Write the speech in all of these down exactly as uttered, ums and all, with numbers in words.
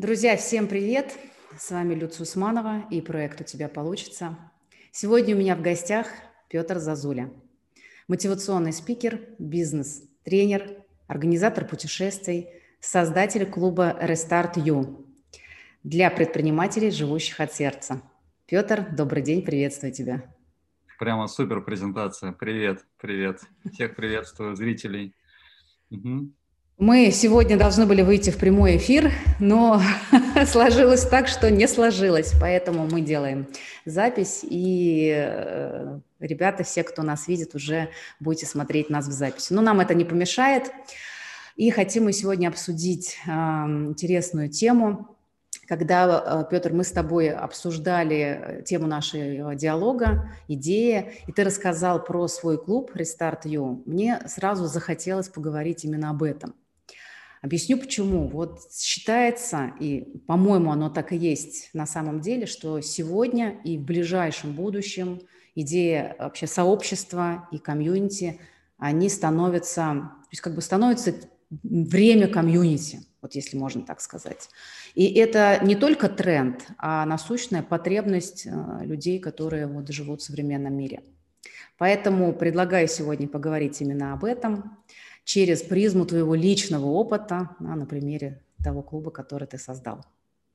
Друзья, всем привет! С вами Люция Усманова и проект «У тебя получится». Сегодня у меня в гостях Петр Зазуля, мотивационный спикер, бизнес-тренер, организатор путешествий, создатель клуба Restart You для предпринимателей, живущих от сердца. Петр, добрый день, приветствую тебя. Прямо супер презентация. Привет, привет. Всех приветствую, зрителей. Угу. Мы сегодня должны были выйти в прямой эфир, но сложилось так, что не сложилось, поэтому мы делаем запись, и э, ребята, все, кто нас видит, уже будете смотреть нас в записи. Но нам это не помешает, и хотим мы сегодня обсудить э, интересную тему. Когда, Петр, мы с тобой обсуждали тему нашего диалога, идеи, и ты рассказал про свой клуб Restart You, мне сразу захотелось поговорить именно об этом. Объясню почему. Вот считается, и, по-моему, оно так и есть на самом деле, что сегодня и в ближайшем будущем идея вообще сообщества и комьюнити, они становятся, то есть как бы становится время комьюнити, вот если можно так сказать. И это не только тренд, а насущная потребность людей, которые вот живут в современном мире. Поэтому предлагаю сегодня поговорить именно об этом через призму твоего личного опыта, да, на примере того клуба, который ты создал.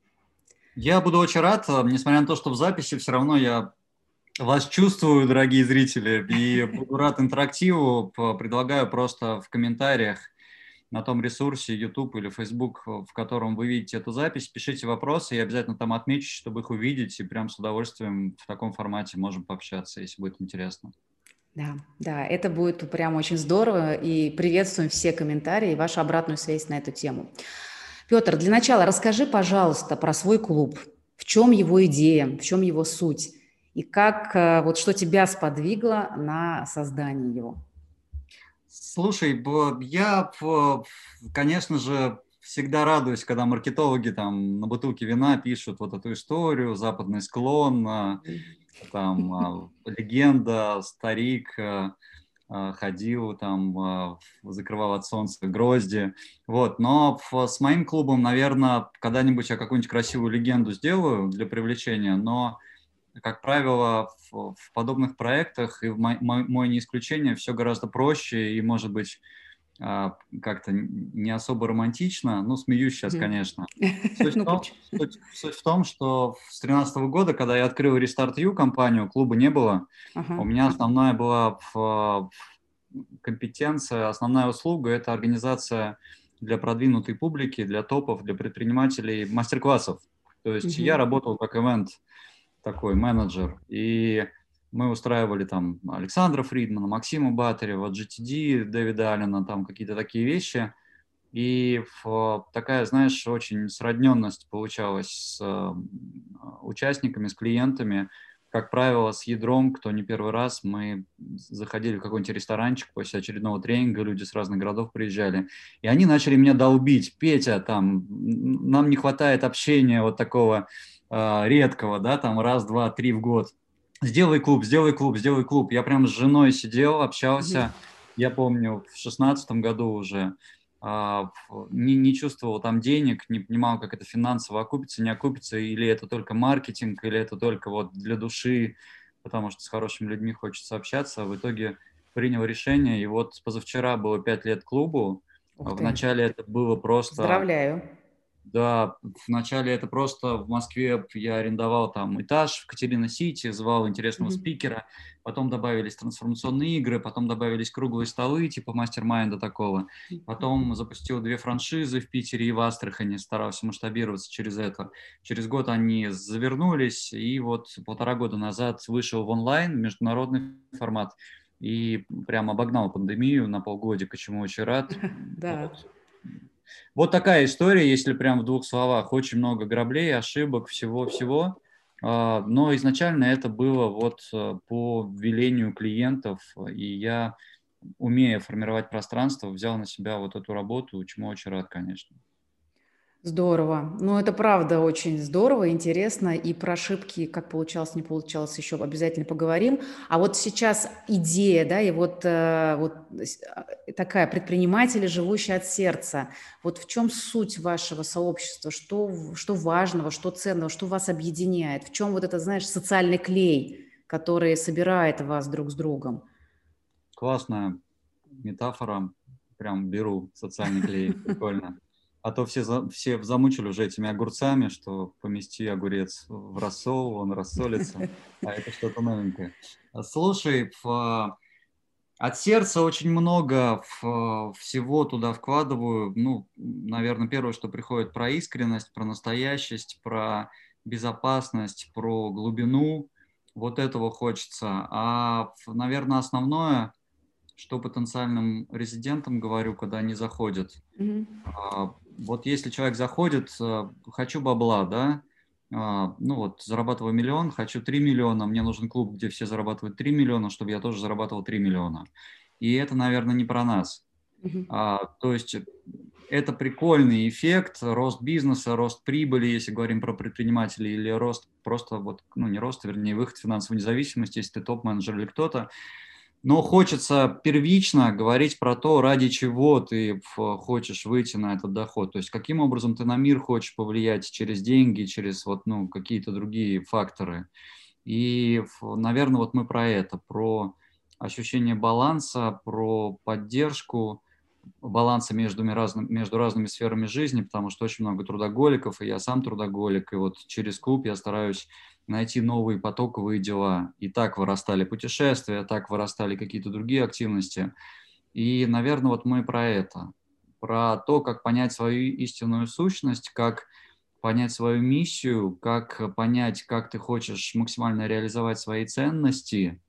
Я буду очень рад, несмотря на то, что в записи, все равно я вас чувствую, дорогие зрители, и буду рад интерактиву. Предлагаю просто в комментариях на том ресурсе YouTube или Facebook, в котором вы видите эту запись, пишите вопросы, я обязательно там отмечу, чтобы их увидеть, и прям с удовольствием в таком формате можем пообщаться, если будет интересно. Да, да, это будет прям очень здорово, и приветствуем все комментарии и вашу обратную связь на эту тему. Петр, для начала расскажи, пожалуйста, про свой клуб. В чем его идея, в чем его суть, и как, вот что тебя сподвигло на создание его? Слушай, я, конечно же, всегда радуюсь, когда маркетологи там на бутылке вина пишут вот эту историю, западный склон, там легенда, старик ходил, там закрывал от солнца грозди. Вот. Но с моим клубом, наверное, когда-нибудь я какую-нибудь красивую легенду сделаю для привлечения, но как правило, в, в подобных проектах, и в мой, мой не исключение, все гораздо проще и, может быть, как-то не особо романтично. Ну, смеюсь сейчас, конечно. Суть в том, суть, суть в том, что с две тысячи тринадцатого года, когда я открыл Restart You компанию, клуба не было. Ага. У меня основная была в, компетенция, основная услуга – это организация для продвинутой публики, для топов, для предпринимателей мастер-классов. То есть Угу. я работал как ивент такой менеджер, и мы устраивали там Александра Фридмана, Максима Батарева, джи ти ди, Дэвида Аллена, там какие-то такие вещи. И в, такая, знаешь, очень сродненность получалась с э, участниками, с клиентами. Как правило, с ядром, кто не первый раз, мы заходили в какой-нибудь ресторанчик после очередного тренинга, люди с разных городов приезжали, и они начали меня долбить. Петя, там, нам не хватает общения вот такого э, редкого, да, там раз, два, три в год. Сделай клуб, сделай клуб, сделай клуб. Я прям с женой сидел, общался. Я помню, в шестнадцатом году уже не, не чувствовал там денег, не понимал, как это финансово окупится, не окупится, или это только маркетинг, или это только вот для души, потому что с хорошими людьми хочется общаться. В итоге принял решение, и вот позавчера было пять лет клубу. Ух ты. Вначале это было просто... Поздравляю. Да, вначале это просто в Москве я арендовал там этаж в Катерино-Сити, звал интересного Угу. спикера, потом добавились трансформационные игры, потом добавились круглые столы типа мастер-майнда такого, потом запустил две франшизы в Питере и в Астрахани, старался масштабироваться через это. Через год они завернулись, и вот полтора года назад вышел в онлайн международный формат и прям обогнал пандемию на полгодика, чему очень рад. Да. Вот такая история, если прям в двух словах. Очень много граблей, ошибок, всего-всего. Но изначально это было вот по велению клиентов, и я, умея формировать пространство, взял на себя вот эту работу, чему очень рад, конечно. Здорово. Ну, это правда очень здорово, интересно. И про ошибки, как получалось, не получалось, еще обязательно поговорим. А вот сейчас идея, да, и вот, э, вот с- а, такая предприниматель, живущий от сердца. Вот в чем суть вашего сообщества? Что, в- что важного, что ценного, что вас объединяет? В чем вот это, знаешь, социальный клей, который собирает вас друг с другом? Классная метафора, прям беру социальный клей, прикольно. А то все, за- все замучили уже этими огурцами, что помести огурец в рассол, он рассолится, а это что-то новенькое. А слушай, в- от сердца очень много в- всего туда вкладываю. Ну, наверное, первое, что приходит, про искренность, про настоящесть, про безопасность, про глубину. Вот этого хочется. А, наверное, основное, что потенциальным резидентам говорю, когда они заходят. Мгм. А, Вот если человек заходит, а, хочу бабла, да, а, ну вот зарабатываю миллион, хочу три миллиона, мне нужен клуб, где все зарабатывают три миллиона, чтобы я тоже зарабатывал три миллиона. И это, наверное, не про нас. Мгм. А, то есть э, это прикольный эффект, рост бизнеса, рост прибыли, если говорим про предпринимателей, или рост просто вот, ну не рост, вернее, выход в финансовую независимость, если ты топ-менеджер или кто-то. Но хочется первично говорить про то, ради чего ты ф- хочешь выйти на этот доход. То есть каким образом ты на мир хочешь повлиять через деньги, через вот, ну, какие-то другие факторы. И, наверное, вот мы про это, про ощущение баланса, про поддержку, баланса между, разным, между разными сферами жизни, потому что очень много трудоголиков, и я сам трудоголик, и вот через клуб я стараюсь найти новые потоковые дела. И так вырастали путешествия, так вырастали какие-то другие активности. И, наверное, вот мы про это, про то, как понять свою истинную сущность, как понять свою миссию, как понять, как ты хочешь максимально реализовать свои ценности,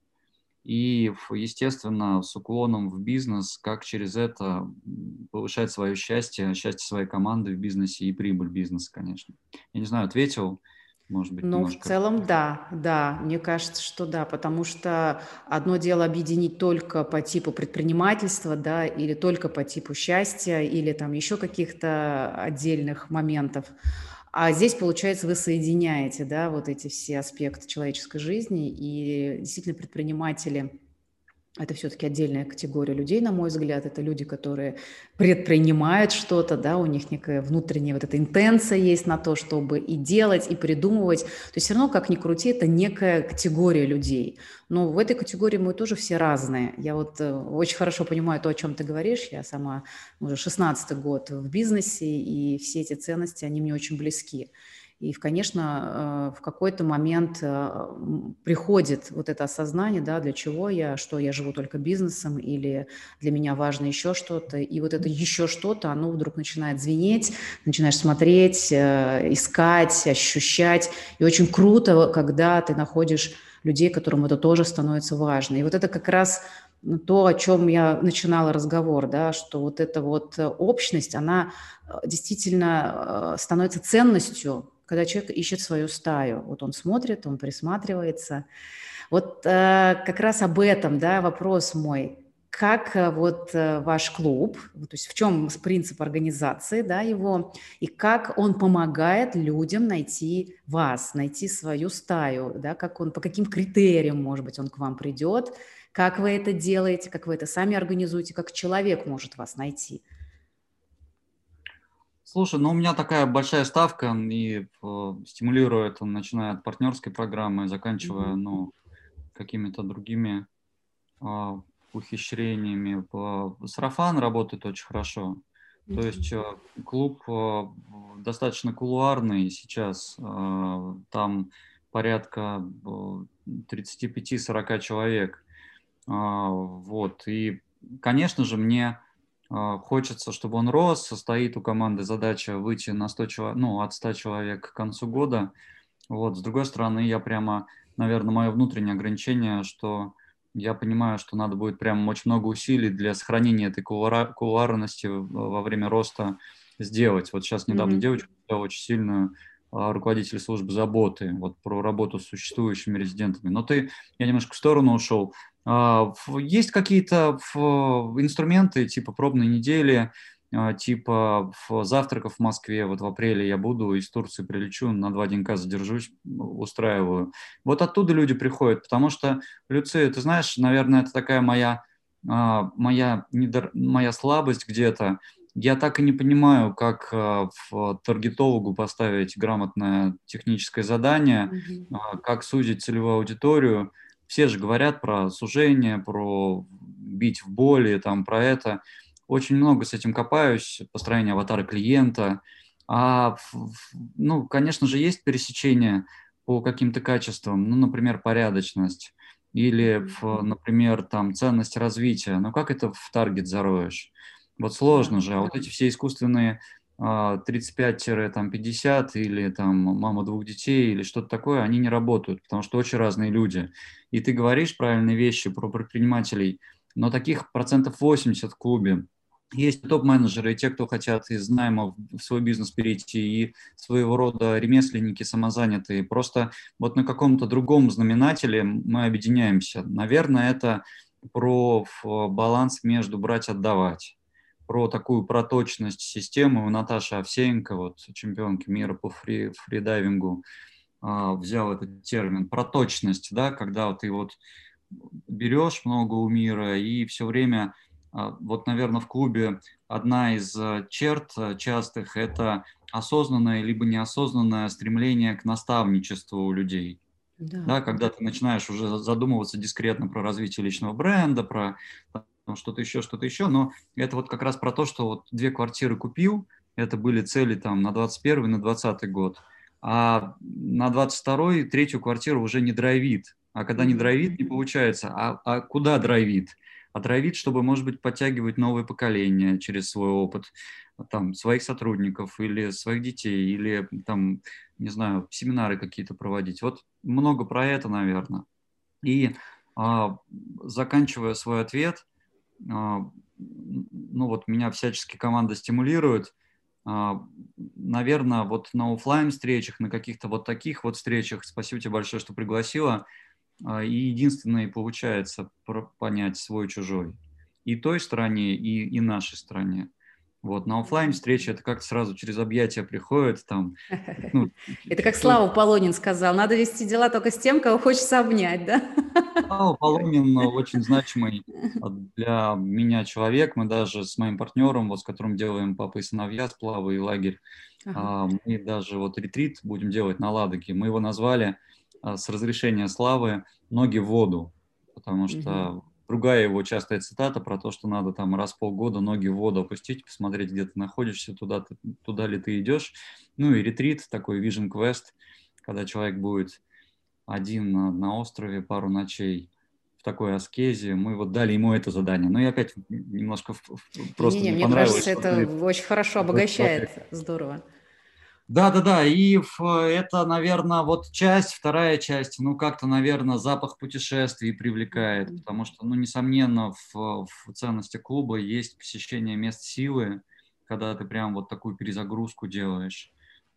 и, естественно, с уклоном в бизнес, как через это повышать свое счастье, счастье своей команды в бизнесе и прибыль бизнеса, конечно. Я не знаю, ответил, может быть, Ну, в немножко. целом, да, да, мне кажется, что да, потому что одно дело объединить только по типу предпринимательства, да, или только по типу счастья, или там еще каких-то отдельных моментов. А здесь, получается, вы соединяете, да, вот эти все аспекты человеческой жизни, и действительно предприниматели. Это все-таки отдельная категория людей, на мой взгляд. Это люди, которые предпринимают что-то, да, у них некая внутренняя вот эта интенция есть на то, чтобы и делать, и придумывать. То есть все равно, как ни крути, это некая категория людей. Но в этой категории мы тоже все разные. Я вот э, очень хорошо понимаю то, о чем ты говоришь. Я сама уже шестнадцатый год в бизнесе, и все эти ценности, они мне очень близки. И, конечно, э, в какой-то момент э, м, приходит вот это осознание, да, для чего я, что я живу только бизнесом или для меня важно еще что-то. И вот это еще что-то, оно вдруг начинает звенеть, начинаешь смотреть, э, искать, ощущать. И очень круто, когда ты находишь людей, которым это тоже становится важно. И вот это как раз то, о чем я начинала разговор, да, что вот эта вот э, общность, она э, действительно э, становится ценностью, когда человек ищет свою стаю. Вот он смотрит, он присматривается. Вот э, как раз об этом, да, вопрос мой. Как э, вот э, ваш клуб, то есть в чем принцип организации, да, его, и как он помогает людям найти вас, найти свою стаю, да, как он, по каким критериям, может быть, он к вам придет, как вы это делаете, как вы это сами организуете, как человек может вас найти. Слушай, ну у меня такая большая ставка, и э, стимулирую это, начиная от партнерской программы, заканчивая, Мгм. ну, какими-то другими а, ухищрениями. По- Сарафан работает очень хорошо. То есть Мгм. э, клуб э, достаточно кулуарный сейчас. э, Там порядка э, тридцать пять сорок человек. А, Вот. И, конечно же, мне а, хочется, чтобы он рос. Состоит у команды задача выйти на сто человек, ну, от ста человек к концу года. Вот. С другой стороны, я прямо, наверное, мое внутреннее ограничение, что я понимаю, что надо будет прям очень много усилий для сохранения этой кулуара- кулуарности во время роста сделать. Вот сейчас недавно Мгм. девочку взял очень сильную, а, руководитель службы заботы, вот про работу с существующими резидентами. Но ты, я немножко в сторону ушел. А, в- Есть какие-то в- инструменты типа пробной недели, типа в завтраков в Москве, вот в апреле я буду, из Турции прилечу, на два денька задержусь, устраиваю. Вот оттуда люди приходят, потому что, Люция, ты знаешь, наверное, это такая моя, моя, недор... моя слабость где-то. Я так и не понимаю, как в таргетологу поставить грамотное техническое задание, Мгм. как сузить целевую аудиторию. Все же говорят про сужение, про бить в боли, там, про это. Очень много с этим копаюсь, построение аватара клиента. А, ну, конечно же, есть пересечения по каким-то качествам, ну, например, порядочность или, например, там, ценность развития. Но как это в таргет зароешь? Вот Да. сложно же. А вот эти все искусственные тридцать пять пятьдесят или там мама двух детей или что-то такое, они не работают, потому что очень разные люди. И ты говоришь правильные вещи про предпринимателей, но таких процентов восемьдесят в клубе. Есть топ-менеджеры и те, кто хотят из найма в свой бизнес перейти, и своего рода ремесленники самозанятые. Просто вот на каком-то другом знаменателе мы объединяемся. Наверное, это про баланс между брать-отдавать, про такую проточность системы. У Наташи Овсеенко, вот, чемпионки мира по фри, фридайвингу, взял этот термин проточность, да, когда ты вот берешь много у мира и все время, вот, наверное, в клубе одна из черт частых – это осознанное либо неосознанное стремление к наставничеству у людей. Да. Да, когда ты начинаешь уже задумываться дискретно про развитие личного бренда, про там, что-то еще, что-то еще, но это вот как раз про то, что вот две квартиры купил, это были цели там на двадцать первый, на двадцатый год, а на двадцать второй третью квартиру уже не драйвит. А когда не Мгм. драйвит, не получается. А, а куда драйвит? А драйвит, чтобы, может быть, подтягивать новое поколение через свой опыт, там, своих сотрудников или своих детей, или там, не знаю, семинары какие-то проводить. Вот много про это, наверное. И а, заканчивая свой ответ, а, ну вот меня всячески команда стимулирует. А, наверное, вот на офлайн встречах, на каких-то вот таких вот встречах, спасибо тебе большое, что пригласила, а, и единственное и получается понять свой-чужой. И той стороне, и, и нашей стороне. Вот, на офлайн встрече это как-то сразу через объятия приходит, там, ну, Это как Слава Полонин сказал, надо вести дела только с тем, кого хочется обнять, да? Слава Полонин очень значимый для меня человек. Мы даже с моим партнером, вот с которым делаем «Папа и сыновья», «Сплавы» и лагерь, Ага. мы даже вот ретрит будем делать на Ладоге. Мы его назвали с разрешения Славы «Ноги в воду», потому Мгм. что другая его частая цитата про то, что надо там раз в полгода ноги в воду опустить, посмотреть, где ты находишься, туда, ты, туда ли ты идешь. Ну и ретрит, такой vision quest, когда человек будет один на, на острове пару ночей в такой аскезе. Мы вот дали ему это задание. Но и опять немножко в, в, просто Не-не-не, мне мне понравилось, кажется, что это ты очень хорошо такой человек. обогащает. Здорово. Да-да-да, и в, это, наверное, вот часть, вторая часть, ну, как-то, наверное, запах путешествий привлекает, Мгм. потому что, ну, несомненно, в, в ценности клуба есть посещение мест силы, когда ты прям вот такую перезагрузку делаешь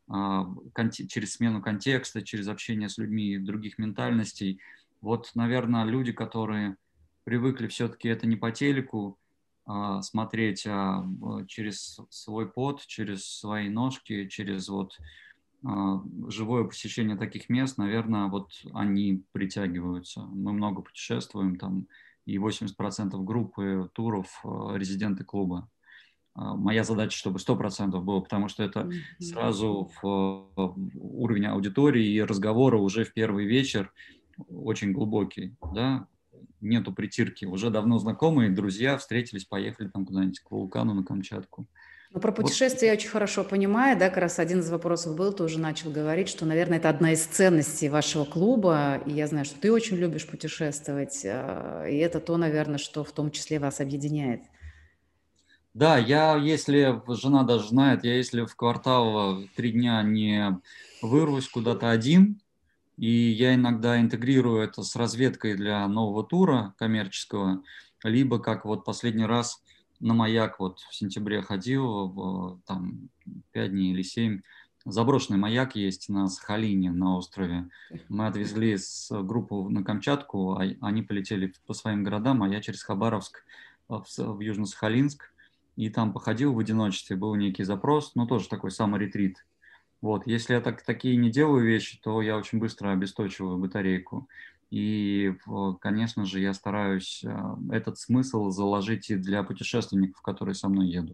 через смену контекста, через общение с людьми других ментальностей. Вот, наверное, люди, которые привыкли все-таки это не по телеку а, смотреть, а через свой пот, через свои ножки, через вот а, живое посещение таких мест, наверное, вот они притягиваются. Мы много путешествуем, там, и восемьдесят процентов группы туров резиденты клуба. Моя задача, чтобы сто процентов было, потому что это Мгм. сразу в уровень аудитории и разговора уже в первый вечер очень глубокий, да, нету притирки, уже давно знакомые, друзья, встретились, поехали там куда-нибудь к вулкану на Камчатку. Ну, про Вот. путешествия я очень хорошо понимаю, да, как раз один из вопросов был, ты уже начал говорить, что, наверное, это одна из ценностей вашего клуба, и я знаю, что ты очень любишь путешествовать, а, и это то, наверное, что в том числе вас объединяет. Да, я, если, жена даже знает, я если в квартал три дня не вырвусь куда-то один, и я иногда интегрирую это с разведкой для нового тура коммерческого, либо как вот последний раз на маяк вот в сентябре ходил, в, там пять дней или семь. Заброшенный маяк есть на Сахалине, на острове. Мы отвезли с группу на Камчатку, а они полетели по своим городам, а я через Хабаровск в, в Южно-Сахалинск. и там походил в одиночестве, был некий запрос, ну, тоже такой саморетрит. Вот, если я так, такие не делаю вещи, то я очень быстро обесточиваю батарейку. И, конечно же, я стараюсь этот смысл заложить и для путешественников, которые со мной едут.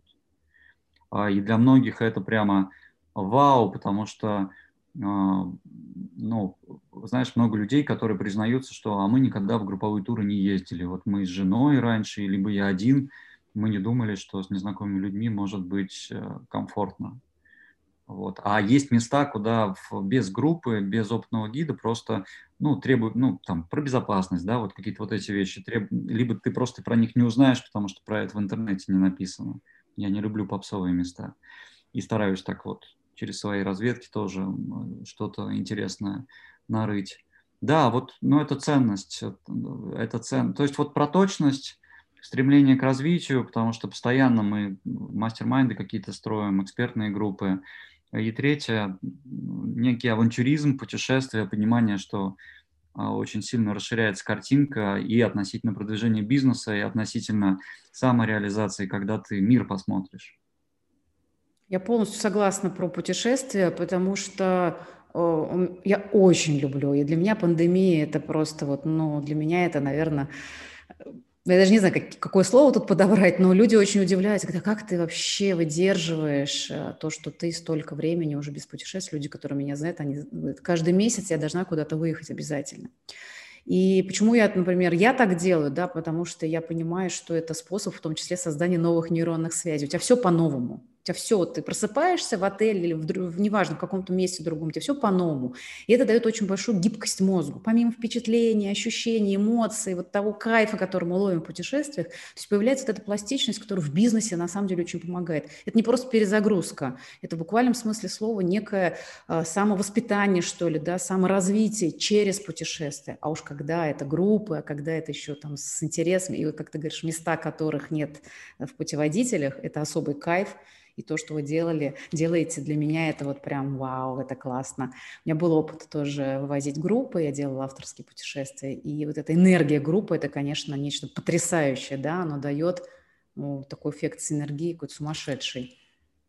И для многих это прямо вау, потому что, ну, знаешь, много людей, которые признаются, что а мы никогда в групповые туры не ездили. Вот мы с женой раньше, либо я один, мы не думали, что с незнакомыми людьми может быть комфортно. Вот. А есть места, куда без группы, без опытного гида просто, ну, требуют, ну, там, про безопасность, да, вот какие-то вот эти вещи. Треб... Либо ты просто про них не узнаешь, потому что про это в интернете не написано. Я не люблю попсовые места. И стараюсь так вот через свои разведки тоже что-то интересное нарыть. Да, вот, ну, это ценность. Это цен... То есть вот про точность, стремление к развитию, потому что постоянно мы мастер-майнды какие-то строим, экспертные группы. И третье, некий авантюризм, путешествие, понимание, что очень сильно расширяется картинка и относительно продвижения бизнеса, и относительно самореализации, когда ты мир посмотришь. Я полностью согласна про путешествия, потому что э, я очень люблю, и для меня пандемия это просто вот, ну, для меня это, наверное, я даже не знаю, как, какое слово тут подобрать, но люди очень удивляются, когда как ты вообще выдерживаешь то, что ты столько времени уже без путешествий. Люди, которые меня знают, они каждый месяц я должна куда-то выехать обязательно. И почему я, например, я так делаю, да, потому что я понимаю, что это способ в том числе создания новых нейронных связей. У тебя все по-новому. У тебя все, вот ты просыпаешься в отеле или в, в неважно, в каком-то месте другом, у тебя все по-новому. И это дает очень большую гибкость мозгу. Помимо впечатлений, ощущений, эмоций, вот того кайфа, который мы ловим в путешествиях, то есть появляется вот эта пластичность, которая в бизнесе на самом деле очень помогает. Это не просто перезагрузка, это в буквальном смысле слова некое э, самовоспитание, что ли, да, саморазвитие через путешествие. А уж когда это группы, а когда это еще там с интересом, и, как ты говоришь, места, которых нет в путеводителях, это особый кайф. И то, что вы делали, делаете, для меня это вот прям вау, это классно. У меня был опыт тоже вывозить группы, я делала авторские путешествия, и вот эта энергия группы, это, конечно, нечто потрясающее, да, оно дает, ну, такой эффект синергии какой-то сумасшедший.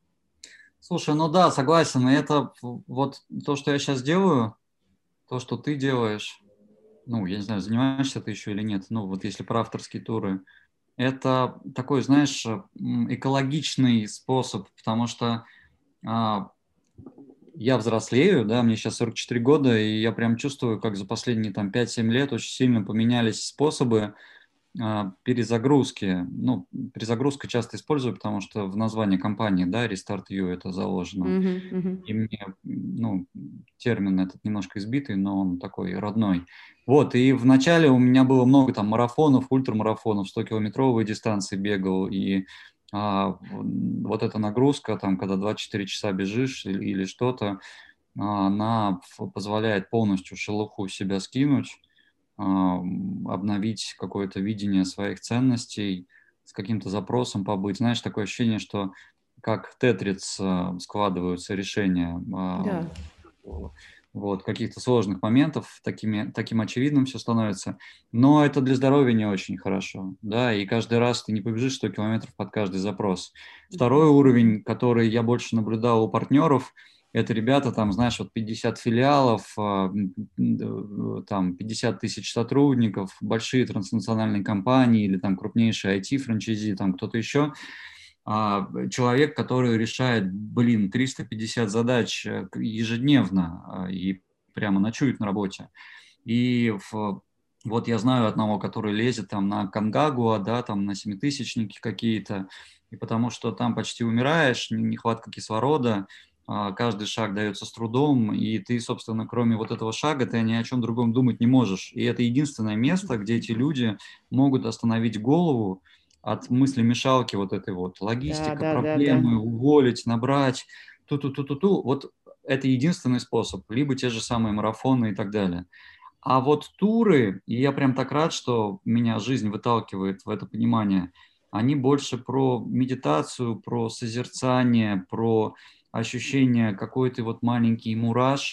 Слушай, ну да, согласен, и это вот то, что я сейчас делаю, то, что ты делаешь, ну, я не знаю, занимаешься ты еще или нет, ну, вот если про авторские туры, это такой, знаешь, экологичный способ, потому что а, я взрослею, да, мне сейчас сорок четыре года, и я прям чувствую, как за последние там пять-семь лет очень сильно поменялись способы а, перезагрузки. Ну, перезагрузка часто использую, потому что в названии компании, да, Restart You это заложено. Uh-huh, uh-huh. И мне, ну, термин этот немножко избитый, но он такой родной. Вот, и вначале у меня было много там марафонов, ультрамарафонов, сто-километровые дистанции бегал, и а, вот эта нагрузка, там, когда двадцать четыре часа бежишь или, или что-то, она позволяет полностью шелуху себя скинуть, обновить какое-то видение своих ценностей, с каким-то запросом побыть. Знаешь, такое ощущение, что как тетриц складываются решения Да. вот, каких-то сложных моментов, такими, таким очевидным все становится. Но это для здоровья не очень хорошо, да, и каждый раз ты не побежишь сто километров под каждый запрос. Второй уровень, который я больше наблюдал у партнеров, это ребята, там, знаешь, вот пятьдесят филиалов, там пятьдесят тысяч сотрудников, большие транснациональные компании или там крупнейшие ай ти-франчайзи, там кто-то еще. Человек, который решает, блин, триста пятьдесят задач ежедневно и прямо ночует на работе. И в, вот я знаю одного, который лезет там на Конгагуа, да, там на семитысячники какие-то, и потому что там почти умираешь, нехватка кислорода, каждый шаг дается с трудом, и ты, собственно, кроме вот этого шага, ты ни о чем другом думать не можешь. И это единственное место, где эти люди могут остановить голову от мысли-мешалки вот этой вот. Логистика, Да, да, да, проблемы, да. уволить, набрать, ту-ту-ту-ту-ту. Вот это единственный способ. Либо те же самые марафоны и так далее. А вот туры, и я прям так рад, что меня жизнь выталкивает в это понимание, они больше про медитацию, про созерцание, про ощущение какой-то вот маленький мураш,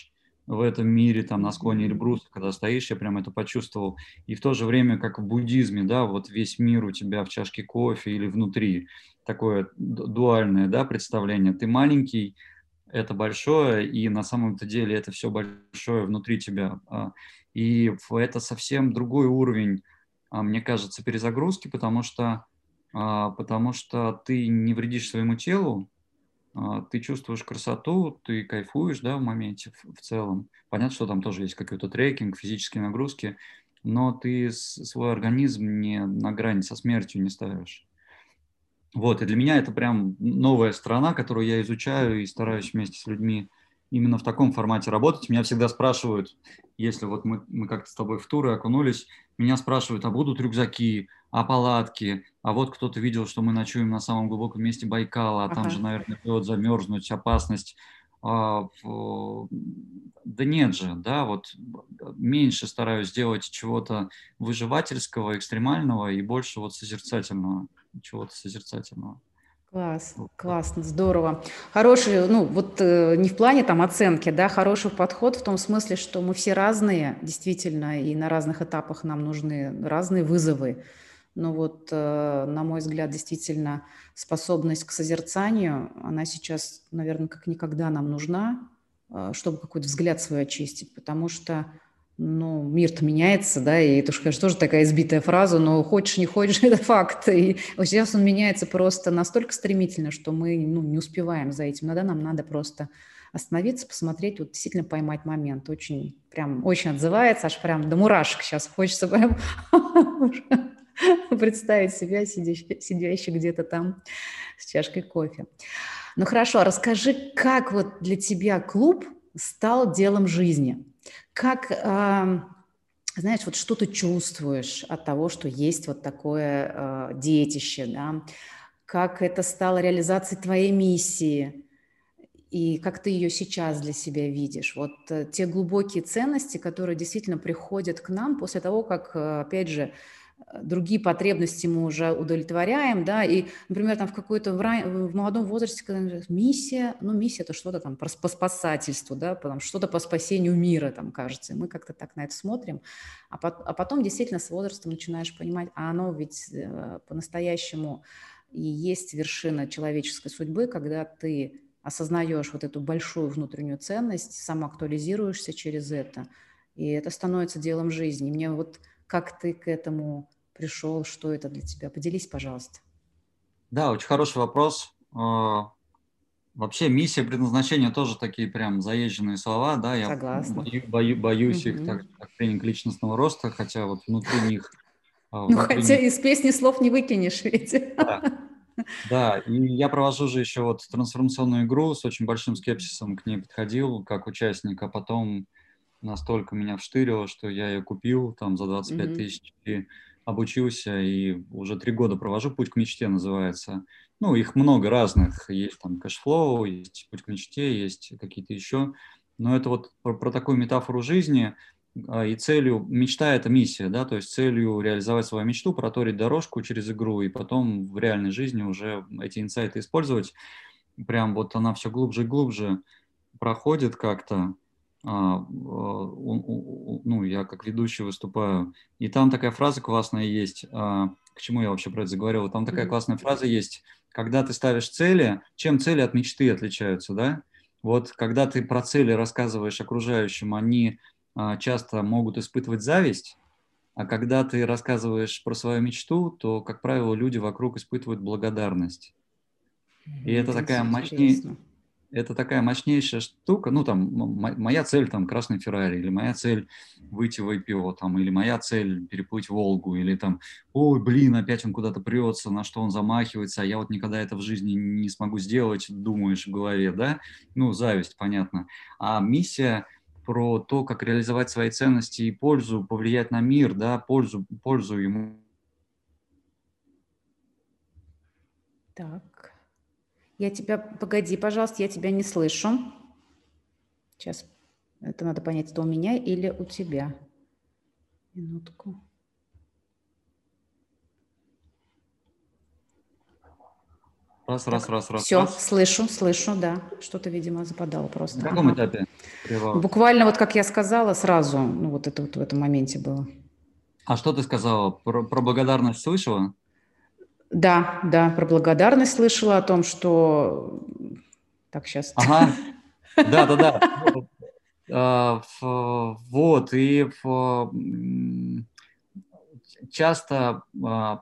в этом мире, там, на склоне Мгм. Эльбруса, когда стоишь, я прям это почувствовал. И в то же время, как в буддизме, да, вот весь мир у тебя в чашке кофе или внутри, такое ду- дуальное, да, представление. Ты маленький, это большое, и на самом-то деле это все большое внутри тебя. А, И в- это совсем другой уровень, а, мне кажется, перезагрузки, потому что, а, потому что ты не вредишь своему телу, а, ты чувствуешь красоту, ты кайфуешь, да, в моменте в, в целом. Понятно, что там тоже есть какой-то трекинг, физические нагрузки, но ты с- свой организм не на грани со смертью не ставишь. Вот, и для меня это прям новая страна, которую я изучаю и стараюсь вместе с людьми именно в таком формате работать. Меня всегда спрашивают, если вот мы, мы как-то с тобой в туры окунулись, меня спрашивают, а будут рюкзаки, а палатки, а вот кто-то видел, что мы ночуем на самом глубоком месте Байкала, а там Ага. же, наверное, лед, замерзнуть, опасность. А, в- Да нет же, да, вот меньше стараюсь сделать чего-то выживательского, экстремального и больше вот созерцательного чего-то созерцательного. Класс, Вот. классно, здорово. Хороший, ну вот э, не в плане там оценки, да, хороший подход в том смысле, что мы все разные, действительно, и на разных этапах нам нужны разные вызовы. Но вот, э, на мой взгляд, действительно, способность к созерцанию, она сейчас, наверное, как никогда нам нужна, э, чтобы какой-то взгляд свой очистить, потому что, ну, мир-то меняется, да, и это уж, конечно, тоже такая избитая фраза, но хочешь, не хочешь, это факт. И вот сейчас он меняется просто настолько стремительно, что мы, ну, не успеваем за этим. Иногда нам надо просто остановиться, посмотреть, вот действительно поймать момент. Очень, прям, очень отзывается, аж прям до мурашек сейчас хочется прям представить себя сидящей, сидящей где-то там с чашкой кофе. Ну хорошо, а расскажи, как вот для тебя клуб стал делом жизни? Как, а, знаешь, вот что ты чувствуешь от того, что есть вот такое а, детище, да? Как это стало реализацией твоей миссии? И как ты ее сейчас для себя видишь? Вот э, те глубокие ценности, которые действительно приходят к нам после того, как, э, опять же, э, другие потребности мы уже удовлетворяем, да, и, например, там в какой-то в, ран- в молодом возрасте, когда например, миссия, ну, миссия это что-то там про- по спасательству, да, потом что-то по спасению мира, там, кажется, и мы как-то так на это смотрим, а, пот- а потом действительно с возрастом начинаешь понимать, а оно ведь э, по-настоящему и есть вершина человеческой судьбы, когда ты осознаешь вот эту большую внутреннюю ценность, самоактуализируешься через это, и это становится делом жизни. Мне вот как ты к этому пришел, что это для тебя? Поделись, пожалуйста. Да, очень хороший вопрос. А, Вообще миссия, предназначение тоже такие прям заезженные слова, да, я Согласна. бою- бою- боюсь их, так Мгм. же, как тренинг личностного роста, хотя вот внутри них, а, Ну, внутри хотя них, из песни слов не выкинешь ведь. да, да, и я провожу же еще вот трансформационную игру, с очень большим скепсисом к ней подходил как участник, а потом настолько меня вштырило, что я ее купил там за двадцать пять Мгм. тысяч и обучился, и уже три года провожу. «Путь к мечте» называется. Ну, их много разных. Есть там кэшфлоу, есть «Путь к мечте», есть какие-то еще. Но это вот про, про такую метафору жизни. а, И целью, мечта – это миссия, да, то есть целью реализовать свою мечту, проторить дорожку через игру, и потом в реальной жизни уже эти инсайты использовать. Прям вот она все глубже и глубже проходит как-то, а, у- у- у- ну, я как ведущий выступаю, и там такая фраза классная есть, а, к чему я вообще про это заговорил, там такая Мгм. классная фраза есть, когда ты ставишь цели, чем цели от мечты отличаются, да? Вот когда ты про цели рассказываешь окружающим, они а, часто могут испытывать зависть, а когда ты рассказываешь про свою мечту, то, как правило, люди вокруг испытывают благодарность. И Мгм. это такая мощнее, Интересно. это такая мощнейшая штука. Ну, там, м- моя цель, там, красный Феррари, или моя цель выйти в ай пи о, там, или моя цель переплыть Волгу, или там, ой, блин, опять он куда-то прется, на что он замахивается, а я вот никогда это в жизни не смогу сделать, думаешь в голове, да? Ну, зависть, понятно. А миссия про то, как реализовать свои ценности и пользу, повлиять на мир, да, пользу, пользу ему. Так. Я тебя... Погоди, пожалуйста, я тебя не слышу. Сейчас. Это надо понять, это у меня или у тебя. Минутку. Раз, раз, Так, раз, раз, все, раз. слышу, слышу, да. Что-то, видимо, западало На просто. каком Ага. этапе прервалось? Буквально вот как я сказала, сразу, ну вот это вот в этом моменте было. А что ты сказала? Про, про благодарность слышала? Да, да, про благодарность слышала о том, что... Так, сейчас. Ага, да, да, да. А, ф- Вот, и ф- м, часто а,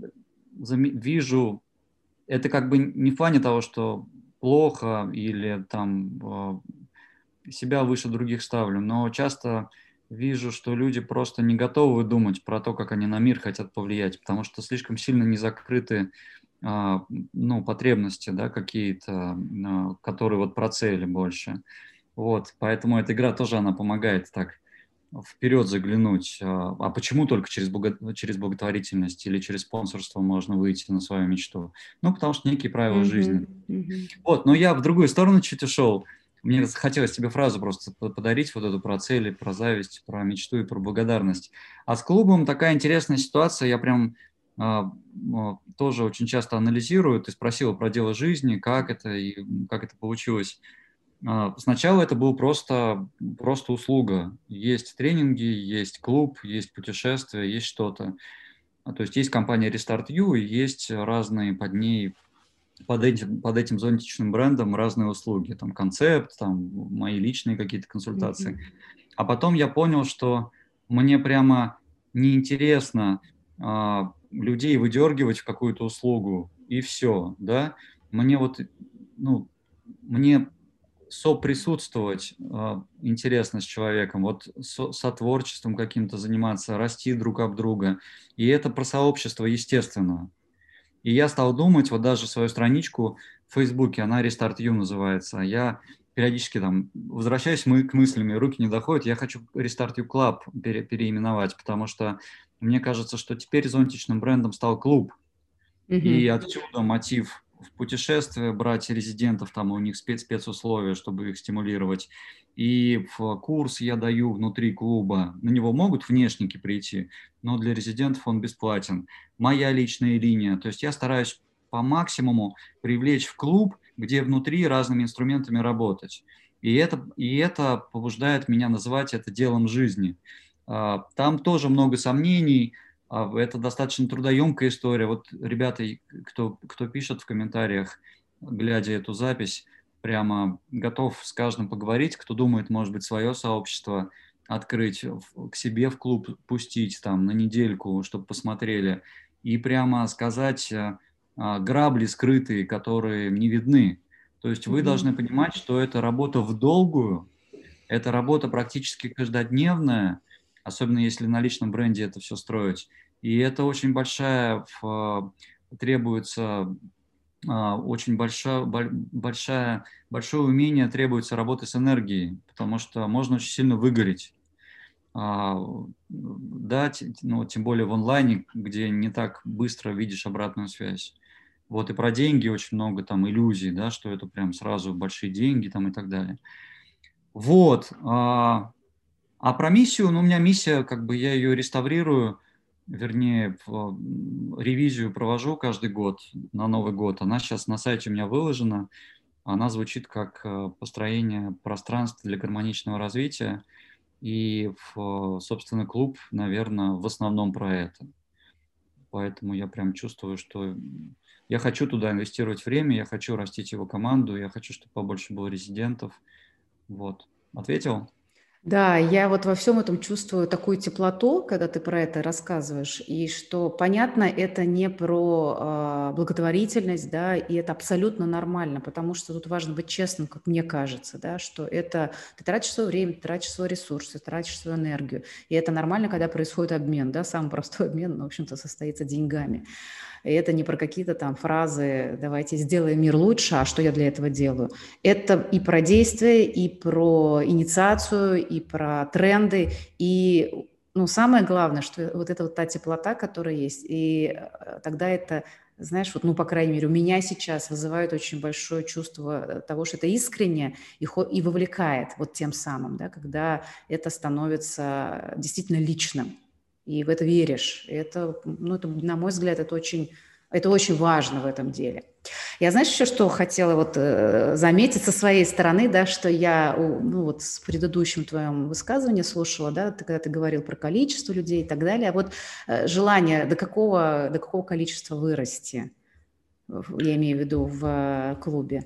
заме- вижу, это как бы не в плане того, что плохо или там а, себя выше других ставлю, но часто вижу, что люди просто не готовы думать про то, как они на мир хотят повлиять, потому что слишком сильно не закрыты а, ну, потребности, да, какие-то, а, которые вот про цели больше. Вот, поэтому эта игра тоже, она помогает так вперед заглянуть. А а почему только через, благо- через благотворительность или через спонсорство можно выйти на свою мечту? Ну, потому что некие правила жизни. Мгм, мгм. Вот, но я в другую сторону чуть ушел. Мне хотелось тебе фразу просто по- подарить, вот эту про цели, про зависть, про мечту и про благодарность. А с клубом такая интересная ситуация, я прям а, а, тоже очень часто анализирую. Ты спросила про дело жизни, как это и м, как это получилось. А, Сначала это был просто, просто услуга. Есть тренинги, есть клуб, есть путешествия, есть что-то. А, То есть есть компания Restart You и есть разные под ней под этим, под этим зонтичным брендом разные услуги, там концепт, там мои личные какие-то консультации. Мгм. А потом я понял, что мне прямо неинтересно а, людей выдергивать в какую-то услугу, и все, да. Мне вот, ну, мне соприсутствовать а, интересно с человеком, вот со, сотворчеством каким-то заниматься, расти друг об друга. И это про сообщество естественно. И я стал думать, вот даже свою страничку в Фейсбуке, она Restart You называется, а я периодически там возвращаюсь мы, к мыслям, и руки не доходят, я хочу Restart You Club пере, переименовать, потому что мне кажется, что теперь зонтичным брендом стал клуб, и Мгм. отсюда мотив в путешествие брать резидентов, там у них спец спецусловия, чтобы их стимулировать. И в курс я даю внутри клуба. На него могут внешники прийти, но для резидентов он бесплатен. Моя личная линия. То есть я стараюсь по максимуму привлечь в клуб, где внутри разными инструментами работать. И это, и это побуждает меня называть это делом жизни. А, Там тоже много сомнений, а, это достаточно трудоемкая история. Вот ребята, и кто, кто пишет в комментариях, глядя эту запись, прямо готов с каждым поговорить, кто думает, может быть, свое сообщество открыть, в- к себе в клуб пустить там на недельку, чтобы посмотрели, и прямо сказать э, а, грабли скрытые, которые не видны. То есть вы должны Мгм. понимать, что это работа в долгую, это работа практически каждодневная, особенно если на личном бренде это все строить. И это очень большая, в- требуется а, очень большая, большая, большое умение требуется работы с энергией, потому что можно очень сильно выгореть. А, Да, т- ну, тем более в онлайне, где не так быстро видишь обратную связь. Вот и про деньги очень много там иллюзий, да, что это прям сразу большие деньги там и так далее. Вот. а, а про миссию, ну, у меня миссия, как бы я ее реставрирую, вернее, в, м, ревизию провожу каждый год на Новый год. Она сейчас на сайте у меня выложена. Она звучит как э, построение пространств для гармоничного развития. И, в, собственно, клуб, наверное, в основном про это. Поэтому я прям чувствую, что я хочу туда инвестировать время, я хочу растить его команду, я хочу, чтобы побольше было резидентов. Вот. Ответил? Да, я вот во всем этом чувствую такую теплоту, когда ты про это рассказываешь, и что, понятно, это не про а, благотворительность, да, и это абсолютно нормально, потому что тут важно быть честным, как мне кажется, да, что это ты тратишь свое время, ты тратишь свой ресурс, ты тратишь свою энергию, и это нормально, когда происходит обмен, да, самый простой обмен, ну, в общем-то, состоится деньгами. И это не про какие-то там фразы «давайте сделаем мир лучше», а что я для этого делаю. Это и про действия, и про инициацию, и про тренды, и ну, самое главное, что вот это вот та теплота, которая есть, и э, тогда это, знаешь, вот, ну, по крайней мере, у меня сейчас вызывает очень большое чувство того, что это искренне и, хо- и вовлекает вот тем самым, да, когда это становится действительно личным, и в это веришь. И это, ну, это, на мой взгляд, это очень Это очень важно в этом деле. Я, знаешь, еще что хотела вот э, заметить со своей стороны, да, что я, ну вот с предыдущим твоим высказыванием слушала, да, ты, когда ты говорил про количество людей и так далее, а вот э, желание до какого, до какого количества вырасти, я имею в виду в э, клубе.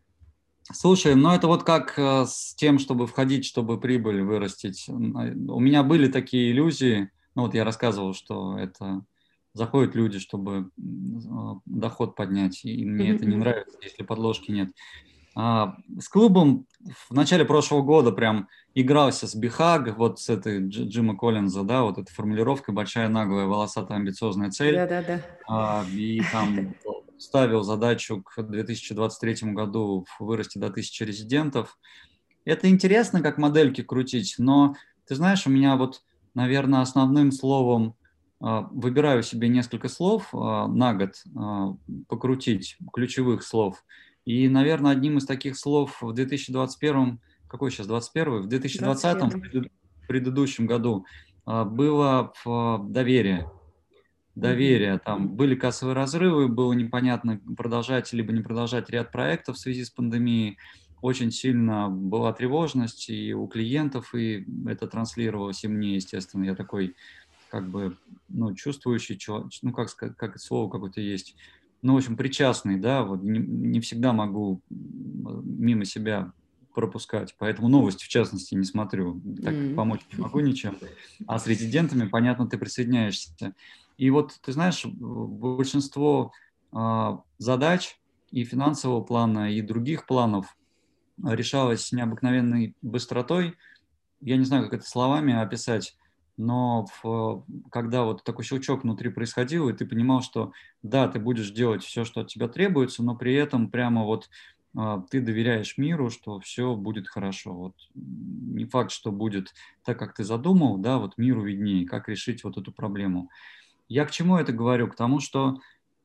Слушай, ну это вот как э, с тем, чтобы входить, чтобы прибыль вырастить. У меня были такие иллюзии, ну вот я рассказывал, что это заходят люди, чтобы м, э, доход поднять, и мне Мгм, это не мгм. нравится, если подложки нет. А, с клубом в начале прошлого года прям игрался с Бихаг, вот с этой Дж- Джима Коллинза, да, вот эта формулировка «большая, наглая, волосатая, амбициозная цель». Да-да-да. А, и там ставил задачу к две тысячи двадцать третьему году вырасти до тысячи резидентов. Это интересно, как модельки крутить, но ты знаешь, у меня вот, наверное, основным словом, а, выбираю себе несколько слов а, на год а, покрутить, ключевых слов. И, наверное, одним из таких слов в две тысячи двадцать первом, какой сейчас двадцать первый, в В двадцать две тысячи двадцатом, в первом. преду- предыдущем году а, было в доверие. Мгм. Доверие. Там были кассовые разрывы, было непонятно, продолжать либо не продолжать ряд проектов в связи с пандемией. Очень сильно была тревожность и у клиентов, и это транслировалось и мне, естественно. Я такой, как бы, ну, чувствующий человек, ну, как сказать, как это слово какое-то есть, ну, в общем, причастный, да, вот не, не всегда могу м, мимо себя пропускать, поэтому новости, в частности, не смотрю, так как М. помочь не могу ничем. А с резидентами, понятно, ты присоединяешься. И вот, ты знаешь, большинство а, задач и финансового плана, и других планов решалось с необыкновенной быстротой. Я не знаю, как это словами описать, но в, когда вот такой щелчок внутри происходил, и ты понимал, что да, ты будешь делать все, что от тебя требуется, но при этом прямо вот а, ты доверяешь миру, что все будет хорошо. Вот не факт, что будет так, как ты задумал, да, вот миру виднее, как решить вот эту проблему. Я к чему это говорю? К тому, что,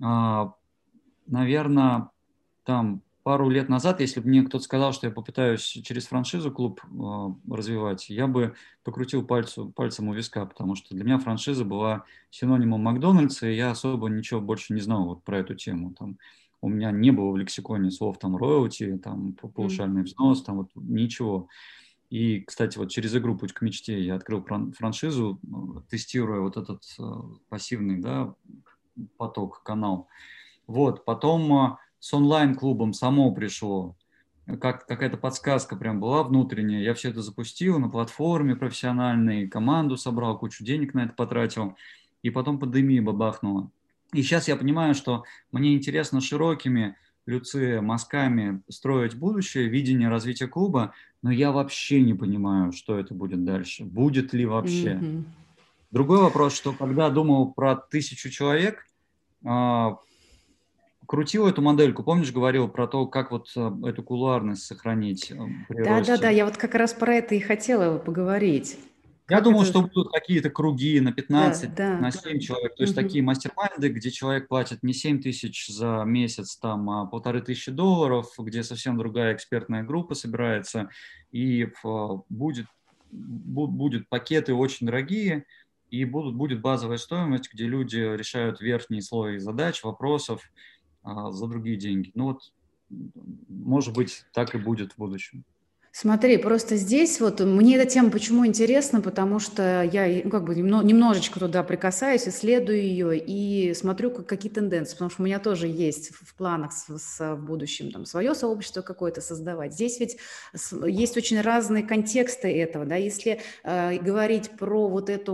наверное, там пару лет назад, если бы мне кто-то сказал, что я попытаюсь через франшизу клуб а, развивать, я бы покрутил пальцу, пальцем у виска, потому что для меня франшиза была синонимом Макдональдса, и я особо ничего больше не знал вот про эту тему. Там, у меня не было в лексиконе слов там роялти, там М. паушальный взнос, там вот ничего. И, кстати, вот через игру «Путь к мечте» я открыл фран- франшизу, э, тестируя вот этот э, пассивный, да, поток, канал. Вот, потом а, с онлайн-клубом само пришло. Как, какая-то подсказка прям была внутренняя. Я все это запустил на платформе профессиональной, команду собрал, кучу денег на это потратил. И потом пандемия бабахнула. И сейчас я понимаю, что мне интересно широкими Люция, мазками строить будущее, видение развития клуба, но я вообще не понимаю, что это будет дальше. Будет ли вообще? Мгм. Другой вопрос, что когда думал про тысячу человек, а, крутил эту модельку, помнишь, говорил про то, как вот э, эту кулуарность сохранить э, при Да-да-да, росте. я вот как раз про это и хотела поговорить. Я Как думал, это. что будут какие-то круги на Да, пятнадцать, да. на семь человек, то есть такие Мгм. мастер-майнды, где человек платит не семь тысяч за месяц, там, а полторы тысячи долларов, где совсем другая экспертная группа собирается, и в- будет, бу- будут пакеты очень дорогие, и будут, будет базовая стоимость, где люди решают верхний слой задач, вопросов а, за другие деньги. Ну вот, м, может быть, так и будет в будущем. Смотри, просто здесь вот мне эта тема почему интересна, потому что я и, ну, как бы немно- немножечко туда прикасаюсь, исследую ее и смотрю, как, какие тенденции, потому что у меня тоже есть в в планах с- с- в будущем там свое сообщество какое-то создавать. Здесь ведь с- есть очень разные контексты этого, да, если э, говорить про вот эту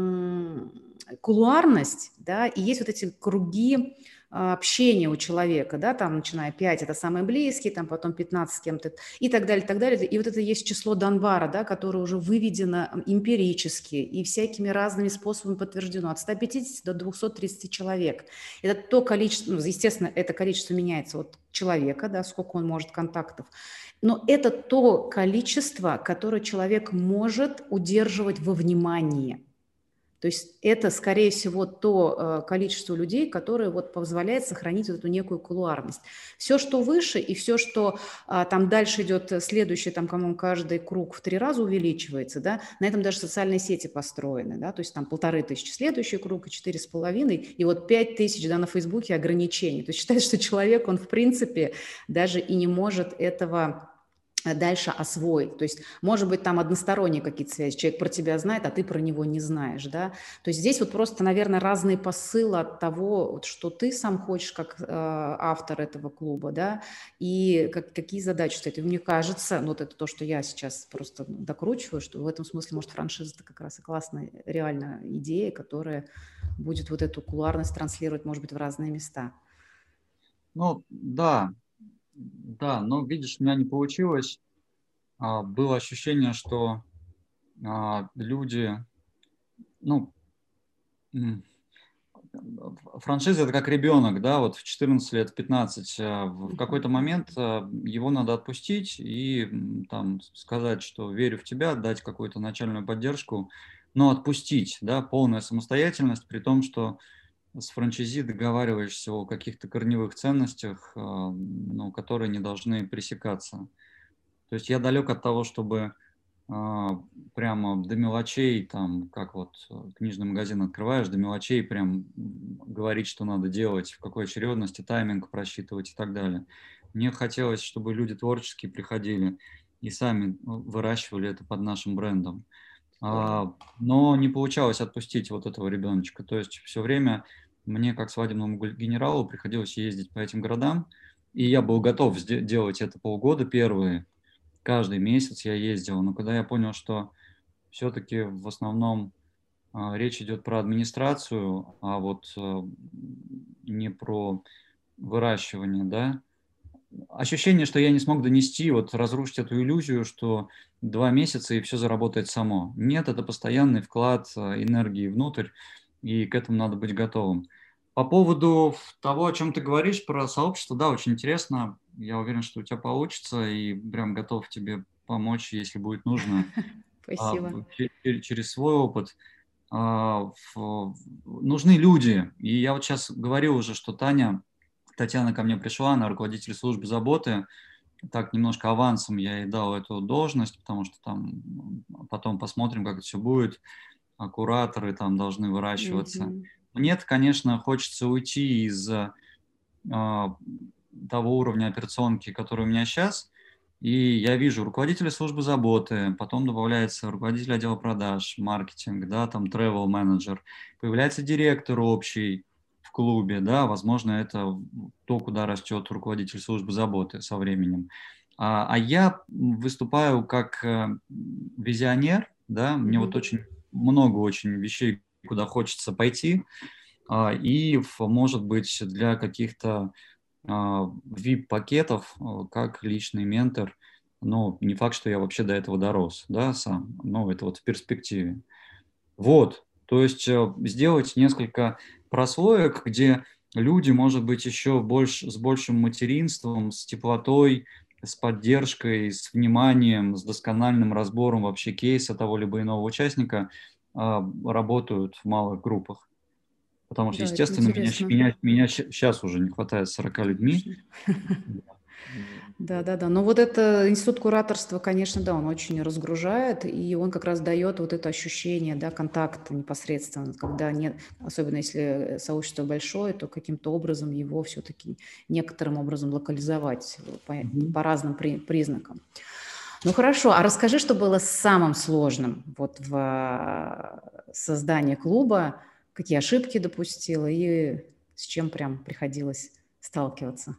м, кулуарность, да, и есть вот эти круги а, общения у человека, да, там, начиная пять это самые близкие, там потом пятнадцать с кем-то и так далее, так далее. И вот это есть число Данбара, да, которое уже выведено эмпирически и всякими разными способами подтверждено, от ста пятидесяти до двухсот тридцати человек. Это то количество, ну, естественно, это количество меняется от человека, да, сколько он может контактов, но это то количество, которое человек может удерживать во внимании. То есть это, скорее всего, то количество людей, которое вот позволяет сохранить вот эту некую кулуарность. Все, что выше, и все, что а, там дальше идет следующий, там, кому каждый круг в три раза увеличивается, да, на этом даже социальные сети построены, да, то есть там полторы тысячи следующий круг, и четыре с половиной, и вот пять тысяч, да, на Фейсбуке ограничений. То есть считается, что человек, он в принципе даже и не может этого дальше освоить. То есть, может быть, там односторонние какие-то связи. Человек про тебя знает, а ты про него не знаешь, да. То есть здесь вот просто, наверное, разные посылы от того, вот, что ты сам хочешь как э, автор этого клуба, да, и как, какие задачи стоят. И мне кажется, ну, вот это то, что я сейчас просто докручиваю, что в этом смысле, может, франшиза это как раз и классная реально идея, которая будет вот эту кулуарность транслировать, может быть, в разные места. Ну, да, да, но, видишь, у меня не получилось. А, было ощущение, что а, люди, ну, франшиза – это как ребенок, да, вот в четырнадцать лет, пятнадцать, в какой-то момент его надо отпустить и там сказать, что верю в тебя, дать какую-то начальную поддержку, но отпустить, да, полная самостоятельность, при том, что с франчайзи договариваешься о каких-то корневых ценностях, ну, которые не должны пресекаться. То есть я далек от того, чтобы прямо до мелочей, там, как вот книжный магазин открываешь, до мелочей прям говорить, что надо делать, в какой очередности, тайминг просчитывать и так далее. Мне хотелось, чтобы люди творческие приходили и сами выращивали это под нашим брендом. А, но не получалось отпустить вот этого ребеночка. То есть все время мне, как свадебному генералу, приходилось ездить по этим городам, и я был готов делать это полгода первые. Каждый месяц я ездил, но когда я понял, что все-таки в основном а, речь идет про администрацию, а вот а, не про выращивание, да, ощущение, что я не смог донести, вот разрушить эту иллюзию, что два месяца и все заработает само. Нет, это постоянный вклад энергии внутрь, и к этому надо быть готовым. По поводу того, о чем ты говоришь, про сообщество, да, очень интересно. Я уверен, что у тебя получится, и прям готов тебе помочь, если будет нужно, Спасибо. через свой опыт. Нужны люди. И я вот сейчас говорил уже, что Таня, Татьяна ко мне пришла, она руководитель службы заботы. Так, немножко авансом я ей дал эту должность, потому что там потом посмотрим, как это все будет. А кураторы там должны выращиваться. Mm-hmm. Нет, конечно, хочется уйти из а, того уровня операционки, который у меня сейчас. И я вижу руководителя службы заботы, потом добавляется руководитель отдела продаж, маркетинг, да, там travel менеджер, появляется директор общий в клубе, да, возможно, это то, куда растет руководитель службы заботы со временем. А, а я выступаю как визионер, да, мне mm-hmm. вот очень много очень вещей, куда хочется пойти, и, может быть, для каких-то ви ай пи-пакетов, как личный ментор, но не факт, что я вообще до этого дорос, да, сам, но это вот в перспективе. Вот, то есть сделать несколько прослоек, где люди, может быть, еще больше, с большим материнством, с теплотой, с поддержкой, с вниманием, с доскональным разбором вообще кейса того либо иного участника работают в малых группах. Потому что, да, естественно, меня, меня, меня сейчас уже не хватает сорока людьми. Да, да, да. Но вот это институт кураторства, конечно, да, он очень разгружает, и он как раз дает вот это ощущение, да, контакта непосредственно, когда нет, особенно если сообщество большое, то каким-то образом его все-таки некоторым образом локализовать по, mm-hmm. по разным при, признакам. Ну хорошо, а расскажи, что было самым сложным вот в создании клуба, какие ошибки допустила и с чем прям приходилось сталкиваться?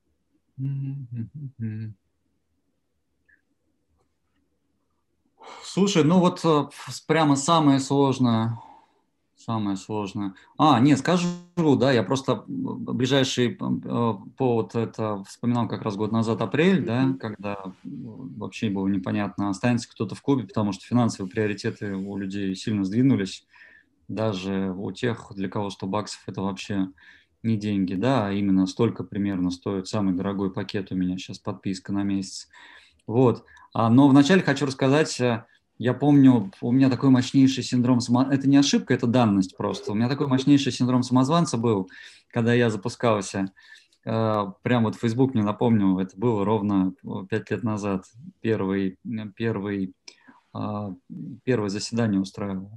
Слушай, ну вот прямо самое сложное, самое сложное. А, нет, скажу, да, я просто ближайший повод это вспоминал как раз год назад, апрель, mm-hmm. да, когда вообще было непонятно, останется кто-то в клубе, потому что финансовые приоритеты у людей сильно сдвинулись, даже у тех, для кого сто баксов это вообще не деньги, да, а именно столько примерно стоит самый дорогой пакет у меня сейчас, подписка на месяц. Вот. Но вначале хочу рассказать Я помню, у меня такой мощнейший синдром самозванца. Это не ошибка, это данность просто. У меня такой мощнейший синдром самозванца был, когда я запускался. Э, Прям вот Facebook мне напомнил, это было ровно пять лет назад. Первый, первый, а, первое заседание устраивал.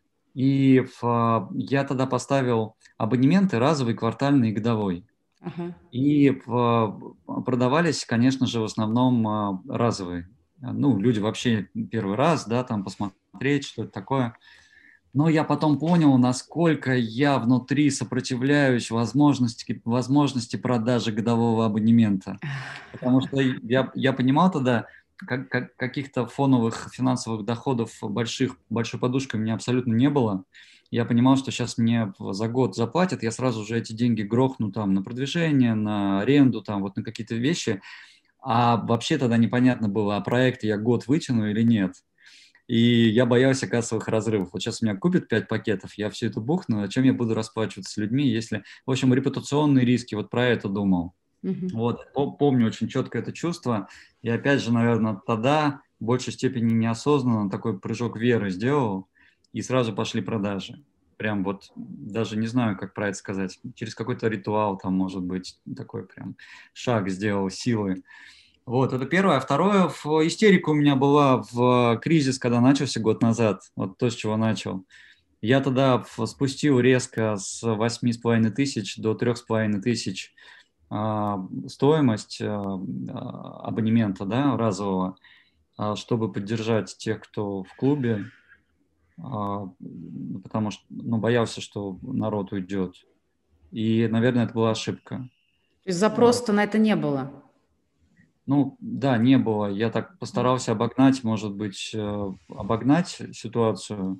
И в- я тогда поставил абонементы разовый, квартальный и годовой. Ага. И в- продавались, конечно же, в основном а, разовые. Ну, люди вообще первый раз, да, там посмотреть, что это такое. Но я потом понял, насколько я внутри сопротивляюсь возможности, возможности продажи годового абонемента. Потому что я, я понимал тогда, как, как- каких-то фоновых финансовых доходов больших, большой подушкой у меня абсолютно не было. Я понимал, что сейчас мне в- за год заплатят, я сразу же эти деньги грохну там на продвижение, на аренду, там вот на какие-то вещи. А вообще тогда непонятно было, а проект я год вытяну или нет. И я боялся кассовых разрывов. Вот сейчас у меня купят пять пакетов, я все это бухну, о чем я буду расплачиваться с людьми, если... В общем, репутационные риски, вот про это думал. Мгм. Вот, по- помню очень четко это чувство. И опять же, наверное, тогда в большей степени неосознанно такой прыжок веры сделал, и сразу пошли продажи. Прям вот даже не знаю, как про это сказать. Через какой-то ритуал там, может быть, такой прям шаг сделал силы. Вот, это первое. А второе, в истерика у меня была в кризис, когда начался год назад. Вот то, с чего начал. Я тогда в- спустил резко с восьми с половиной тысяч до трех с половиной тысяч а, стоимость а, а, абонемента, да, разового, а, чтобы поддержать тех, кто в клубе, а, потому что, ну, боялся, что народ уйдет. И, наверное, это была ошибка. То есть А, запроса-то на это не было. Ну, да, не было. Я так постарался обогнать, может быть, э, обогнать ситуацию,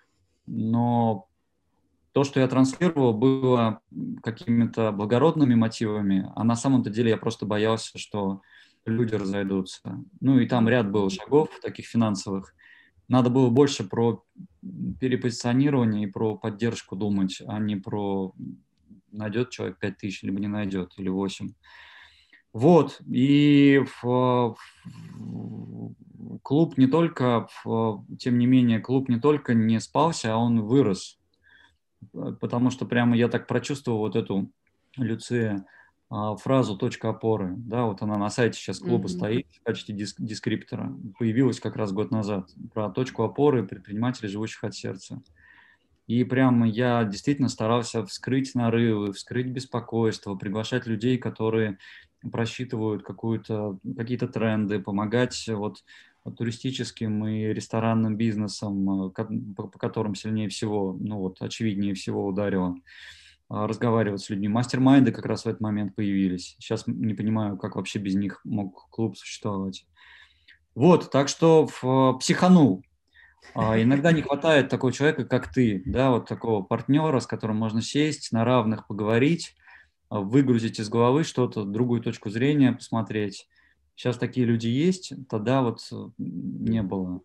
но то, что я транслировал, было какими-то благородными мотивами, а на самом-то деле я просто боялся, что люди разойдутся. Ну и там ряд был шагов таких финансовых. Надо было больше про перепозиционирование и про поддержку думать, а не про найдет человек пять тысяч, либо не найдет, или восемь. Вот, и в, в- клуб не только, в- тем не менее, клуб не только не спался, а он вырос. Э, потому что прямо я так прочувствовал вот эту, Люция, а, фразу «точка опоры». Да, вот она на сайте сейчас клуба Мгм. стоит в качестве дис- дескриптора. Появилась как раз год назад. Про точку опоры предпринимателей, живущих от сердца. И прямо я действительно старался вскрыть нарывы, вскрыть беспокойство, приглашать людей, которые просчитывают какую-то, какие-то тренды, помогать вот туристическим и ресторанным бизнесам, э, ко- по, по которым сильнее всего, ну вот, очевиднее всего ударило, а, разговаривать с людьми. Мастер-майнды как раз в этот момент появились. Сейчас не понимаю, как вообще без них мог клуб существовать. Вот, так что в, психанул. А, Иногда не хватает такого человека, как ты, да, вот такого партнера, с которым можно сесть, на равных поговорить, а, выгрузить из головы что-то, другую точку зрения посмотреть. Сейчас такие люди есть, тогда вот э, не было.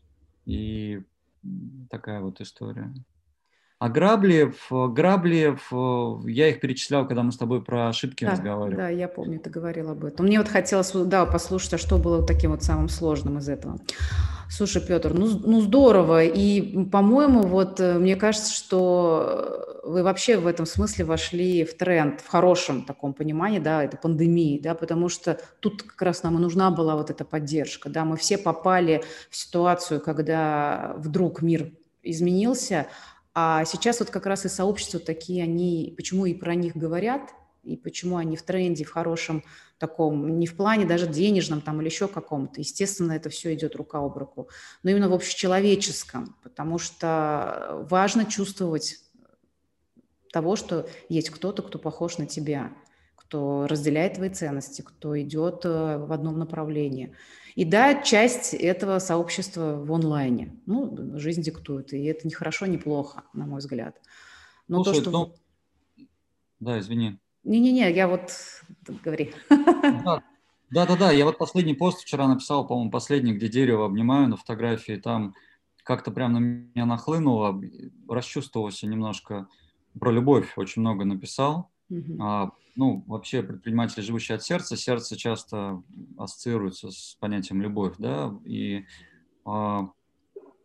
И м, такая вот история. А грабли, в- грабли, в- я их перечислял, когда мы с тобой про ошибки Да, разговаривали. да, я помню, ты говорил об этом. Мне вот хотелось, вот, да, послушать, а что было вот таким вот самым сложным из этого. Слушай, Петр, ну, з- ну здорово. И, м, по-моему, вот э, мне кажется, что э, вы вообще в этом смысле вошли в тренд, в хорошем таком понимании, да, это пандемии, да, потому что тут как раз нам и нужна была вот эта поддержка, да, мы все попали в ситуацию, когда вдруг мир изменился, а сейчас вот как раз и сообщества такие, они, почему и про них говорят, и почему они в тренде, в хорошем таком, не в плане даже денежном там или еще каком-то. Естественно, это все идет рука об руку, но именно в общечеловеческом, потому что важно чувствовать того, что есть кто-то, кто похож на тебя, кто разделяет твои ценности, кто идет э, в одном направлении. И да, часть этого сообщества в онлайне. Ну, жизнь диктует, и это не хорошо, не плохо, на мой взгляд. Но то, Слушай, что... ну, да, извини. Не-не-не, я вот... Говори. Да, да, да, да. Я вот последний пост вчера написал, по-моему, последний, где дерево обнимаю на фотографии. Там как-то прям на меня нахлынуло, расчувствовался немножко про любовь, очень много написал. Мгм. А, ну, вообще предприниматели, живущие от сердца, сердце часто ассоциируется с понятием любовь, да, и а,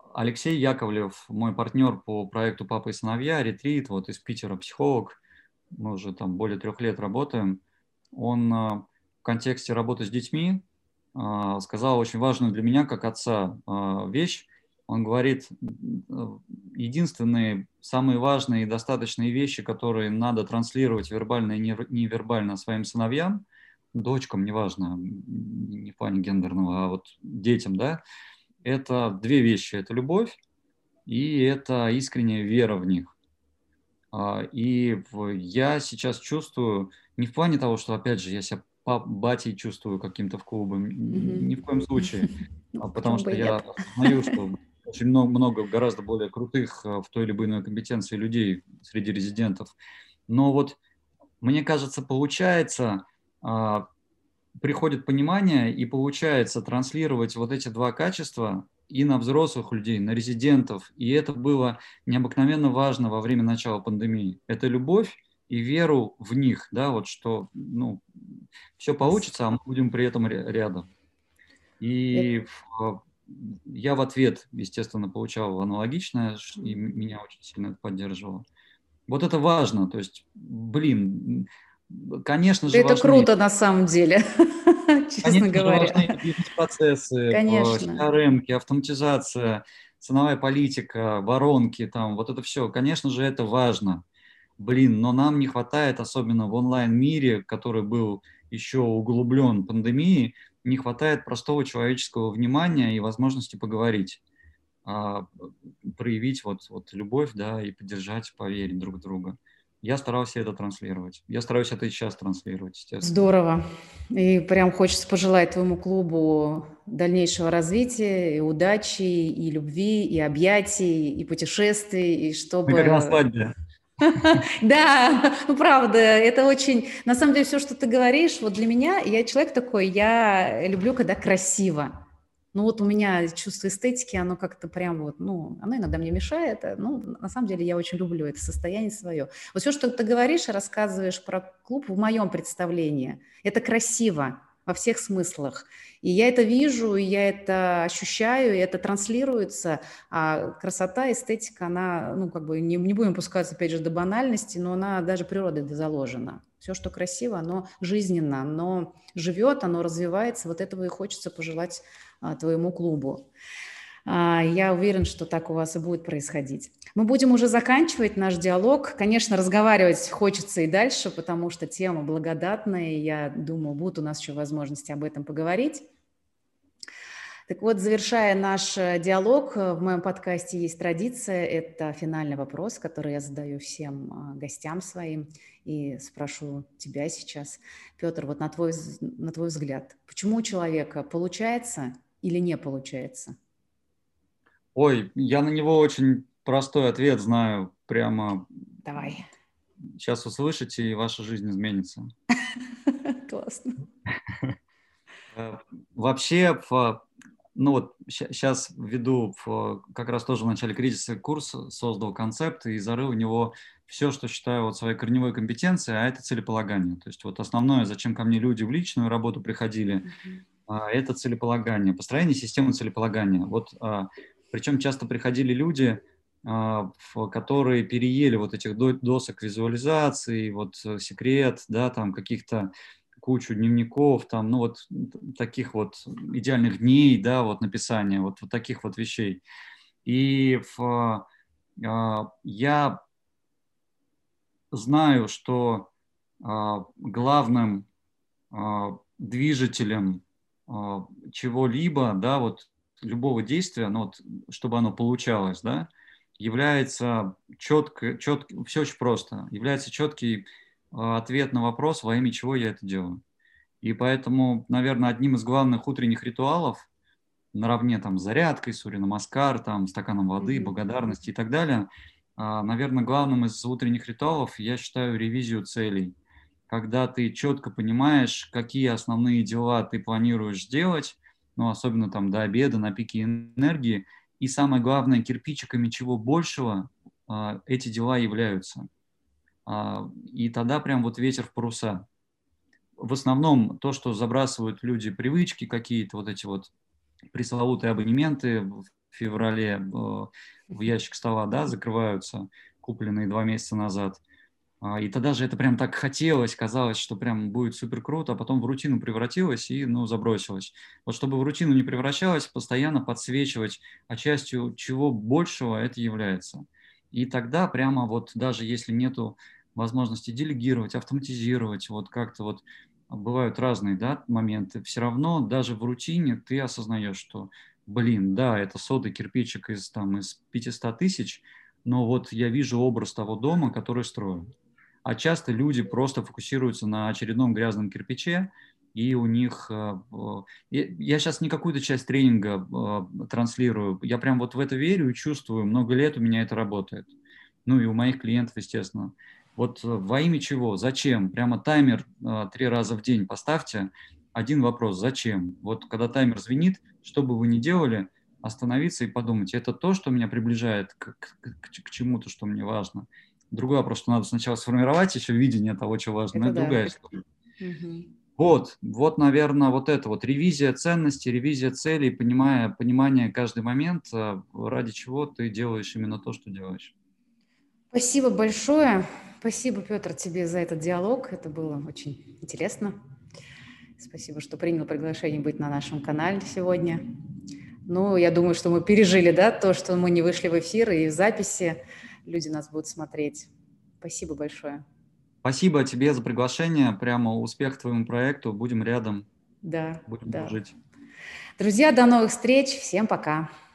Алексей Яковлев, мой партнер по проекту «Папа и сыновья», ретрит, вот из Питера, психолог, мы уже там более трех лет работаем. Он в контексте работы с детьми сказал очень важную для меня, как отца, вещь. Он говорит, единственные, самые важные и достаточные вещи, которые надо транслировать вербально и невербально своим сыновьям, дочкам, неважно, не в плане гендерного, а вот детям, да, это две вещи. Это любовь и это искренняя вера в них. И я сейчас чувствую, не в плане того, что, опять же, я себя батей чувствую каким-то в клубе, Мгм. ни в коем случае, Ну, потому почему бы что и я нет? осознаю, что очень много, много гораздо более крутых в той или иной компетенции людей среди резидентов. Но вот, мне кажется, получается, приходит понимание и получается транслировать вот эти два качества и на взрослых людей, на резидентов. И это было необыкновенно важно во время начала пандемии. Это любовь и веру в них, да, вот что, ну, все получится, а мы будем при этом рядом. И Это... я в ответ, естественно, получал аналогичное, и меня очень сильно это поддерживало. Вот это важно, то есть, блин, конечно же, Это важны... круто на самом деле, честно Конечно же, говоря. важны бизнес-процессы, си Конечно. ар эм-ки, автоматизация, ценовая политика, воронки, там, вот это все. Конечно же, это важно. Блин, но нам не хватает, особенно в онлайн-мире, который был еще углублен пандемией, не хватает простого человеческого внимания и возможности поговорить, а, проявить вот, вот любовь, да, и поддержать, поверить друг в друга. Я старался это транслировать. Я стараюсь это и сейчас транслировать, естественно. Здорово. И прям хочется пожелать твоему клубу дальнейшего развития, и удачи, и любви, и объятий, и путешествий, и Мы как на чтобы... свадьбе. Да, ну правда, это очень... На самом деле все, что ты говоришь, вот для меня, я человек такой, я люблю, когда красиво. Ну вот у меня чувство эстетики, оно как-то прям вот, ну, оно иногда мне мешает. Ну, на самом деле я очень люблю это состояние свое. Вот все, что ты говоришь и рассказываешь про клуб в моем представлении, это красиво во всех смыслах. И я это вижу, и я это ощущаю, и это транслируется. А красота, эстетика, она, ну, как бы, не, не будем пускаться, опять же, до банальности, но она даже природой заложена. Все, что красиво, оно жизненно, оно живет, оно развивается. Вот этого и хочется пожелать а, твоему клубу. А, я уверен, что так у вас и будет происходить. Мы будем уже заканчивать наш диалог. Конечно, разговаривать хочется и дальше, потому что тема благодатная. Я думаю, будут у нас еще возможности об этом поговорить. Так вот, завершая наш диалог, в моем подкасте есть традиция. Это финальный вопрос, который я задаю всем гостям своим. И спрошу тебя сейчас, Петр, вот на твой, на твой взгляд, почему у человека получается или не получается? Ой, я на него очень простой ответ знаю. Прямо Давай. сейчас услышите, и ваша жизнь изменится. Классно. Вообще, ну вот сейчас введу, как раз тоже в начале кризиса курс создал концепт и зарыл в него все, что считаю вот своей корневой компетенцией, а это целеполагание. То есть вот основное, зачем ко мне люди в личную работу приходили, uh-huh. это целеполагание, построение системы целеполагания. Вот, причем часто приходили люди, которые переели вот этих досок визуализации, вот секрет, да, там каких-то кучу дневников, там, ну вот таких вот идеальных дней, да, вот написания, вот, вот таких вот вещей. И в, э, я знаю, что э, главным э, движителем э, чего-либо, да, вот любого действия, ну вот, чтобы оно получалось, да, является четко, четко, все очень просто, является четкий ответ на вопрос, во имя чего я это делаю. И поэтому, наверное, одним из главных утренних ритуалов, наравне там с зарядкой, сурья-намаскар, там, стаканом воды, mm-hmm. благодарности и так далее, наверное, главным из утренних ритуалов я считаю ревизию целей. Когда ты четко понимаешь, какие основные дела ты планируешь сделать, ну, особенно там до обеда, на пике энергии, и самое главное, кирпичиками чего большего эти дела являются. И тогда прям вот ветер в паруса. В основном то, что забрасывают люди, привычки какие-то, вот эти вот пресловутые абонементы в в феврале э, в ящик стола, да, закрываются, купленные два месяца назад. А, и тогда же это прям так хотелось, казалось, что прям будет супер круто, а потом в рутину превратилось и, ну, забросилось. Вот чтобы в рутину не превращалось, постоянно подсвечивать, а частью чего большего это является. И тогда прямо вот даже если нету возможности делегировать, автоматизировать, вот как-то вот бывают разные, да, моменты, все равно даже в рутине ты осознаешь, что, блин, да, это сотый кирпичик из, там, из пятисот тысяч, но вот я вижу образ того дома, который строю. А часто люди просто фокусируются на очередном грязном кирпиче, и у них... э, э, Я сейчас не какую-то часть тренинга э, транслирую, я прям вот в это верю и чувствую, много лет у меня это работает. Ну и у моих клиентов, естественно. Вот э, во имя чего, зачем? Прямо таймер э, три раза в день поставьте. Один вопрос, зачем? Вот когда таймер звенит, что бы вы ни делали, остановиться и подумать, это то, что меня приближает к, к, к, к чему-то, что мне важно. Другой вопрос, что надо сначала сформировать еще видение того, что важно, но Это это да. другая история. Угу. Вот, вот, наверное, вот это вот ревизия ценностей, ревизия целей, понимая, понимание каждый момент, а, ради чего ты делаешь именно то, что делаешь. Спасибо большое. Спасибо, Петр, тебе за этот диалог. Это было очень интересно. Спасибо, что принял приглашение быть на нашем канале сегодня. Ну, я думаю, что мы пережили, да, то, что мы не вышли в эфир, и в записи люди нас будут смотреть. Спасибо большое. Спасибо тебе за приглашение. Прямо успех твоему проекту. Будем рядом. Да, Будем да. дружить. Друзья, до новых встреч. Всем пока.